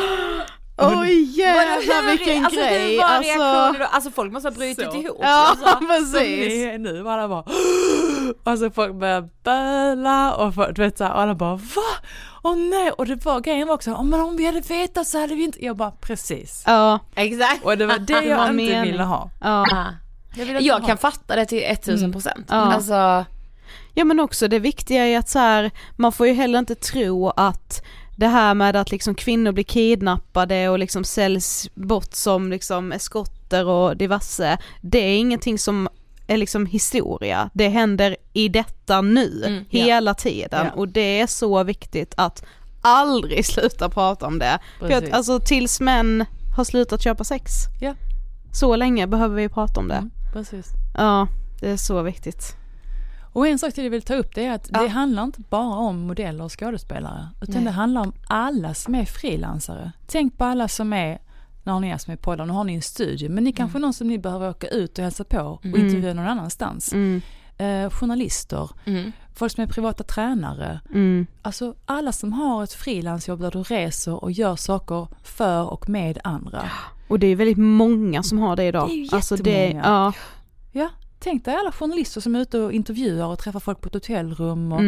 Oj, jävlar vilken grej. Hur var reaktionen då? Alltså folk måste ha brutit ihop. Ja, alltså. precis. Nu var det bara alltså folk började böla och du vet så här, och alla bara va? Nej, och det var grejen var också men om vi hade vetat så hade vi inte. Jag bara precis. Ja, exakt. Och det var det jag inte ville ha. Ja. Jag kan fatta det till 1000%. Alltså ja, men också det viktiga är att så här, man får ju heller inte tro att det här med att liksom kvinnor blir kidnappade och liksom säljs bort som liksom eskotter och diverse, det är ingenting som är liksom historia. Det händer i detta nu hela tiden och det är så viktigt att aldrig sluta prata om det. För att, alltså tills män har slutat köpa sex. Ja. Så länge behöver vi prata om det. Precis. Ja, det är så viktigt. Och en sak till jag vill ta upp det är att det handlar inte bara om modeller och skådespelare. Utan det handlar om alla som är frilansare. Tänk på alla som är, när ni är som är poddar, nu har ni en studio. Men ni kanske är någon som ni behöver åka ut och hälsa på och intervjua någon annanstans. Journalister, folk som är privata tränare. Alltså alla som har ett frilansjobb där du reser och gör saker för och med andra. Och det är väldigt många som har det idag. Det är ju jättemånga. Alltså Ja, tänk dig alla journalister som är ute och intervjuar och träffar folk på ett hotellrum. Och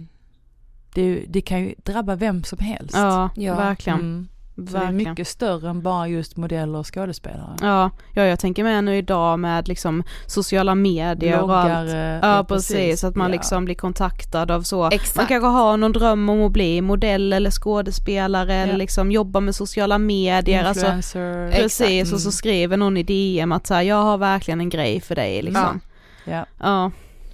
det kan ju drabba vem som helst. Ja, verkligen. Så det är mycket större än bara just modeller och skådespelare. Ja, jag tänker med nu idag med liksom sociala medier bloggare, och allt. Ja, precis. Att man liksom blir kontaktad av så. Exakt. Man kanske har någon dröm om att bli modell eller skådespelare eller liksom jobba med sociala medier. Influencer. Alltså, precis, och så skriver någon i DM att så här, jag har verkligen en grej för dig liksom. Ja.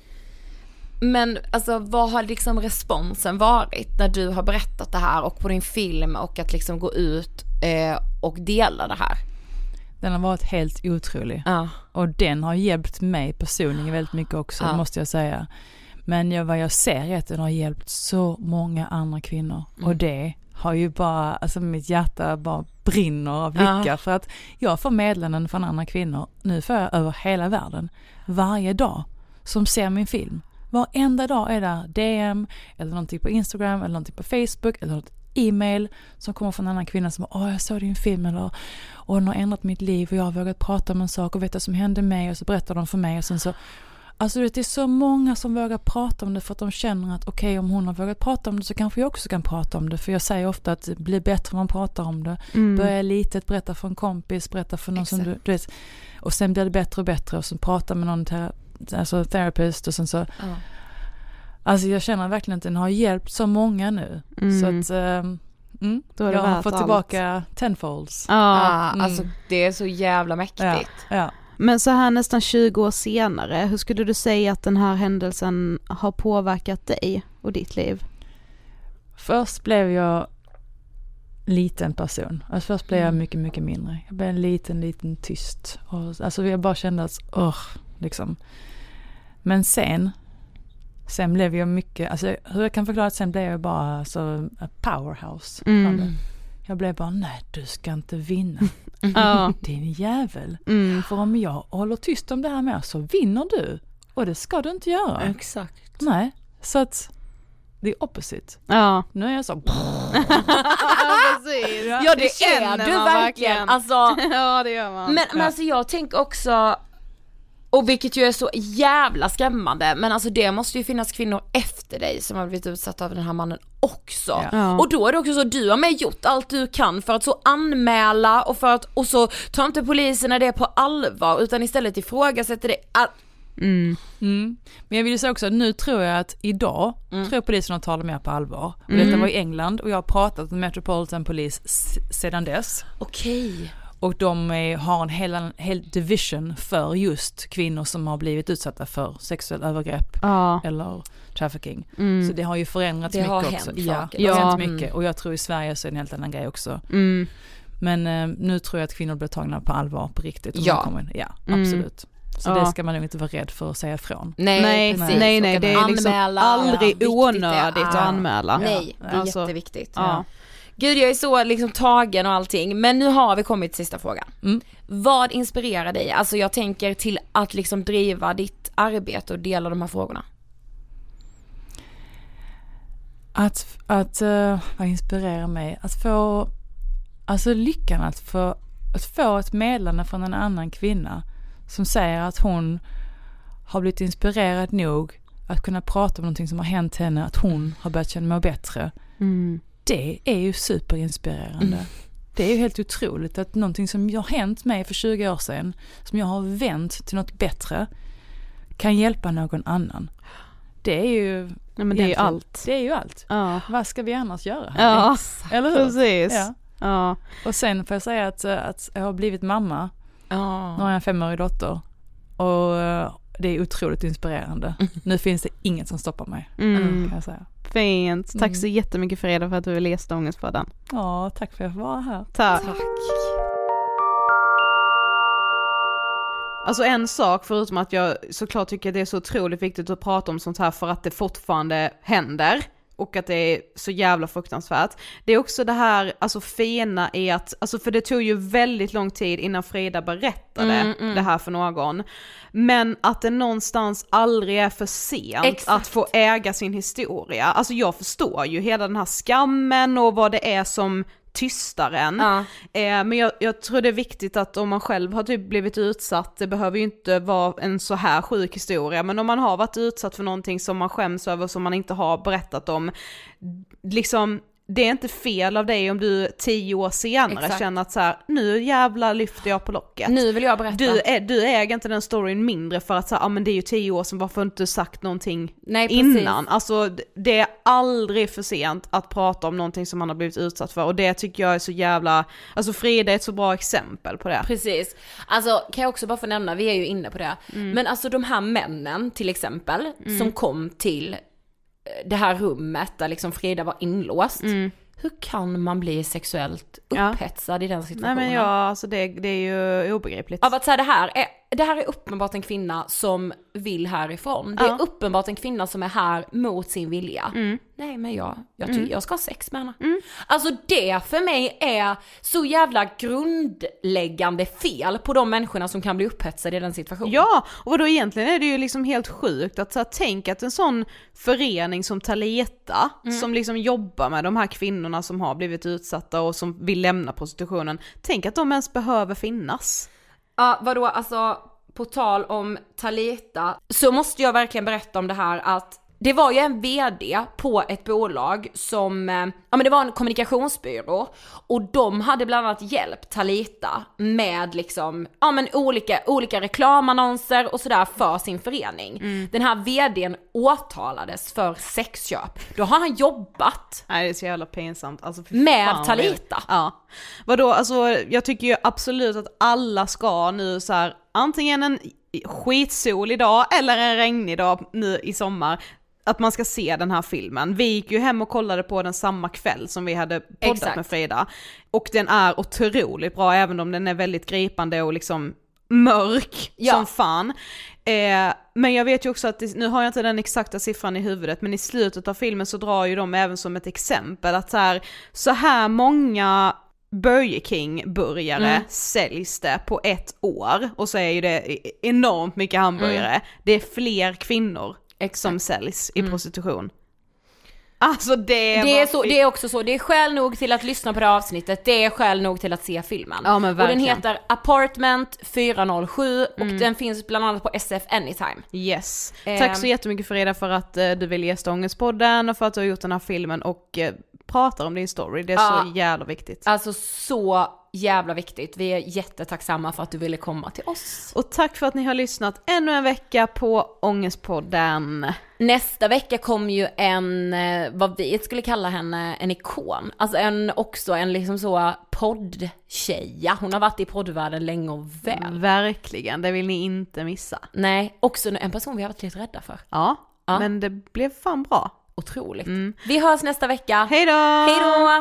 Men alltså vad har liksom responsen varit när du har berättat det här och på din film och att liksom gå ut och dela det här? Den har varit helt otrolig. Och den har hjälpt mig personligen väldigt mycket också, måste jag säga. Men vad jag ser är att den har hjälpt så många andra kvinnor. Och det har ju bara, alltså mitt hjärta bara brinner av lycka. För att jag får meddelanden från andra kvinnor, nu får jag över hela världen, varje dag, som ser min film. Varenda dag är det DM eller någonting på Instagram eller någonting på Facebook eller något e-mail som kommer från en annan kvinna som jag såg din film och den har ändrat mitt liv och jag har vågat prata om en sak och vet vad som hände mig och så berättar de för mig och sen så alltså det är så många som vågar prata om det för att de känner att okej, om hon har vågat prata om det så kanske jag också kan prata om det, för jag säger ofta att det blir bättre om man pratar om det. Börja litet, berätta för en kompis, berätta för någon som du vet, och sen blir det bättre och bättre och så prata med någon therapist och sen så alltså jag känner verkligen att den har hjälpt så många nu så att jag har fått tillbaka tenfolds. Alltså det är så jävla mäktigt. Ja. Men så här nästan 20 år senare, hur skulle du säga att den här händelsen har påverkat dig och ditt liv? Först blev jag liten person. Alltså först blev jag mycket, mycket mindre. Jag blev en liten tyst. Och, alltså jag bara kände att liksom. Men sen blev jag mycket, alltså hur jag kan förklara att sen blev jag bara så a powerhouse. Jag blev bara, nej, du ska inte vinna. Din jävel. För om jag håller tyst om det här med så vinner du. Och det ska du inte göra. Exakt. Nej, så att det är opposite. Nu är jag så precis. Ja, det är du verkligen. Alltså, ja, det gör man. Men alltså jag tänker också, och vilket ju är så jävla skrämmande, men alltså det måste ju finnas kvinnor efter dig som har blivit utsatta av den här mannen också. Och då är det också så, du har med gjort allt du kan för att så anmäla och så tar inte polisen det på allvar utan istället ifrågasätter det. Men jag vill ju säga också att nu tror jag att idag tror jag polisen har tagit mer på allvar. Och detta var i England och jag har pratat med Metropolitan Police sedan dess. Okej. Och de har en hel division för just kvinnor som har blivit utsatta för sexuell övergrepp eller trafficking. Så det har ju förändrats mycket också. Det har hänt mycket. Och jag tror i Sverige så är det en helt annan grej också. Men nu tror jag att kvinnor blir tagna på allvar på riktigt. Absolut. Så det ska man nog inte vara rädd för att säga ifrån. Nej, det är liksom aldrig onödigt att anmäla. Nej, det är jätteviktigt. Ja. Gud, jag är så liksom tagen och allting. Men nu har vi kommit till sista frågan. Vad inspirerar dig? Alltså jag tänker till att liksom driva ditt arbete och dela de här frågorna. Vad inspirerar mig? Att få, alltså lyckan att få ett meddelande från en annan kvinna som säger att hon har blivit inspirerad nog att kunna prata om någonting som har hänt henne, att hon har börjat känna mig bättre. Det är ju superinspirerande. Det är ju helt otroligt att någonting som har hänt mig för 20 år sedan, som jag har vänt till något bättre, kan hjälpa någon annan. Det är ju det är ju allt. Det är ju allt. Ja. Vad ska vi annars göra? Ja, eller hur? Precis. Ja. Ja. Och sen får jag säga att jag har blivit mamma. Nu har jag en 5-årig dotter. Och det är otroligt inspirerande. Nu finns det inget som stoppar mig. Kan jag säga. Fint. Tack så jättemycket Frida för att du ville gästa Ångestpodden. Ja, tack för att jag får vara här. Tack. Alltså en sak, förutom att jag såklart tycker att det är så otroligt viktigt att prata om sånt här för att det fortfarande händer och att det är så jävla fruktansvärt. Det är också det här, alltså fina är att, alltså för det tog ju väldigt lång tid innan Frida berättade det här för någon. Men att det någonstans aldrig är för sent att få äga sin historia. Alltså jag förstår ju hela den här skammen och vad det är som tystar en. Men jag tror det är viktigt att om man själv har typ blivit utsatt, det behöver ju inte vara en så här sjuk historia, men om man har varit utsatt för någonting som man skäms över, som man inte har berättat om, liksom, det är inte fel av dig om du 10 år senare känner att så här, nu jävla lyfter jag på locket. Nu vill jag berätta. Du äger inte den storyn mindre för att så här, men det är ju 10 år sedan, varför inte sagt någonting innan? Precis. Alltså det är aldrig för sent att prata om någonting som man har blivit utsatt för, och det tycker jag är så jävla, alltså Frida är ett så bra exempel på det. Precis. Alltså kan jag också bara få nämna, vi är ju inne på det. Men alltså de här männen till exempel som kom till det här rummet där liksom Frida var inlåst. Hur kan man bli sexuellt upphetsad i den situationen? Nej men alltså det är ju obegripligt. Av att säga det här är uppenbart en kvinna som vill härifrån. Det är uppenbart en kvinna som är här mot sin vilja. Nej men jag ska ha sex med henne. Alltså det för mig är så jävla grundläggande fel på de människorna som kan bli upphetsade i den situationen. Ja, och då egentligen är det ju liksom helt sjukt att så här, tänk att en sån förening som Talita som liksom jobbar med de här kvinnorna som har blivit utsatta och som vill lämna prostitutionen, tänk att de ens behöver finnas. Ja, vadå, alltså på tal om Talita så måste jag verkligen berätta om det här att det var ju en vd på ett bolag som, men det var en kommunikationsbyrå och de hade bland annat hjälpt Talita med liksom, men olika reklamannonser och sådär för sin förening. Den här vdn åtalades för sexköp. Då har han jobbat. Nej, det är så jävla pinsamt. Alltså, med Talita. Ja. Vadå, alltså jag tycker ju absolut att alla ska nu så här, antingen en skitsolig dag eller en regnig dag nu i sommar, att man ska se den här filmen. Vi gick ju hem och kollade på den samma kväll som vi hade poddat med Frida. Och den är otroligt bra, även om den är väldigt gripande och liksom mörk som fan. Men jag vet ju också att, nu har jag inte den exakta siffran i huvudet, men i slutet av filmen så drar ju de även som ett exempel att så här många Burger King-burgare säljs det på ett år. Och så är ju det enormt mycket hamburgare. Det är fler kvinnor som säljs i prostitution. Alltså det är också så. Det är skäl nog till att lyssna på det avsnittet. Det är skäl nog till att se filmen. Ja, men verkligen. Och den heter Apartment 407 och den finns bland annat på SF Anytime. Yes. Tack så jättemycket Frida för att du vill gästa Ångestpodden och för att du har gjort den här filmen och pratar om din story. Det är så jävla viktigt. Alltså så jävla viktigt. Vi är jättetacksamma för att du ville komma till oss. Och tack för att ni har lyssnat ännu en vecka på Ångestpodden. Nästa vecka kommer ju en, vad vi skulle kalla henne, en ikon. Alltså en liksom så poddtjeja. Hon har varit i poddvärlden länge och väl. Verkligen, det vill ni inte missa. Nej, också en person vi har varit lite rädda för. Ja. Men det blev fan bra. Otroligt. Vi hörs nästa vecka. Hej då! Hej då!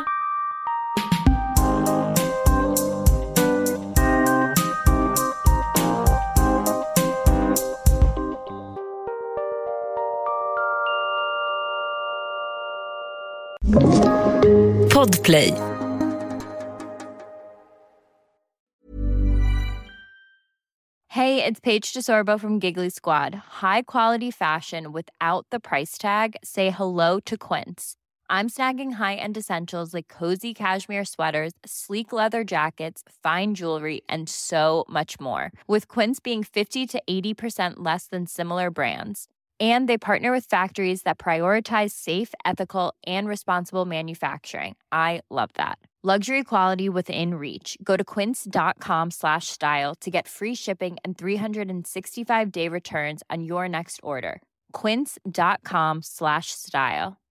Podplay. Hey, it's Paige DeSorbo from Giggly Squad. High quality fashion without the price tag. Say hello to Quince. I'm snagging high-end essentials like cozy cashmere sweaters, sleek leather jackets, fine jewelry, and so much more. With Quince being 50 to 80% less than similar brands. And they partner with factories that prioritize safe, ethical, and responsible manufacturing. I love that. Luxury quality within reach. Go to quince.com/style to get free shipping and 365-day returns on your next order. Quince.com/style.